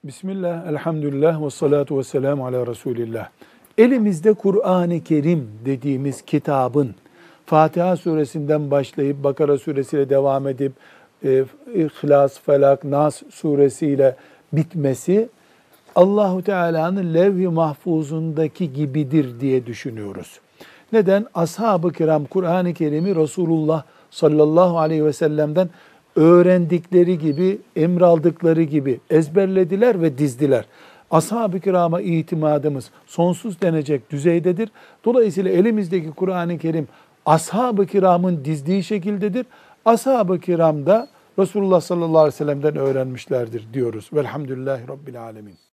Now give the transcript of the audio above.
Bismillah, elhamdülillah ve salatu ve selamu ala Resulillah. Elimizde Kur'an-ı Kerim dediğimiz kitabın Fatiha suresinden başlayıp Bakara suresiyle devam edip İhlas, Felak, Nas suresiyle bitmesi Allahu Teala'nın levh-i mahfuzundaki gibidir diye düşünüyoruz. Neden? Ashab-ı kiram Kur'an-ı Kerim'i Resulullah sallallahu aleyhi ve sellem'den öğrendikleri gibi, emraldıkları gibi ezberlediler ve dizdiler. Ashab-ı kirama itimadımız sonsuz denecek düzeydedir. Dolayısıyla elimizdeki Kur'an-ı Kerim ashab-ı kiramın dizdiği şekildedir. Ashab-ı kiram da Resulullah sallallahu aleyhi ve sellem'den öğrenmişlerdir diyoruz. Velhamdülillahi Rabbil alemin.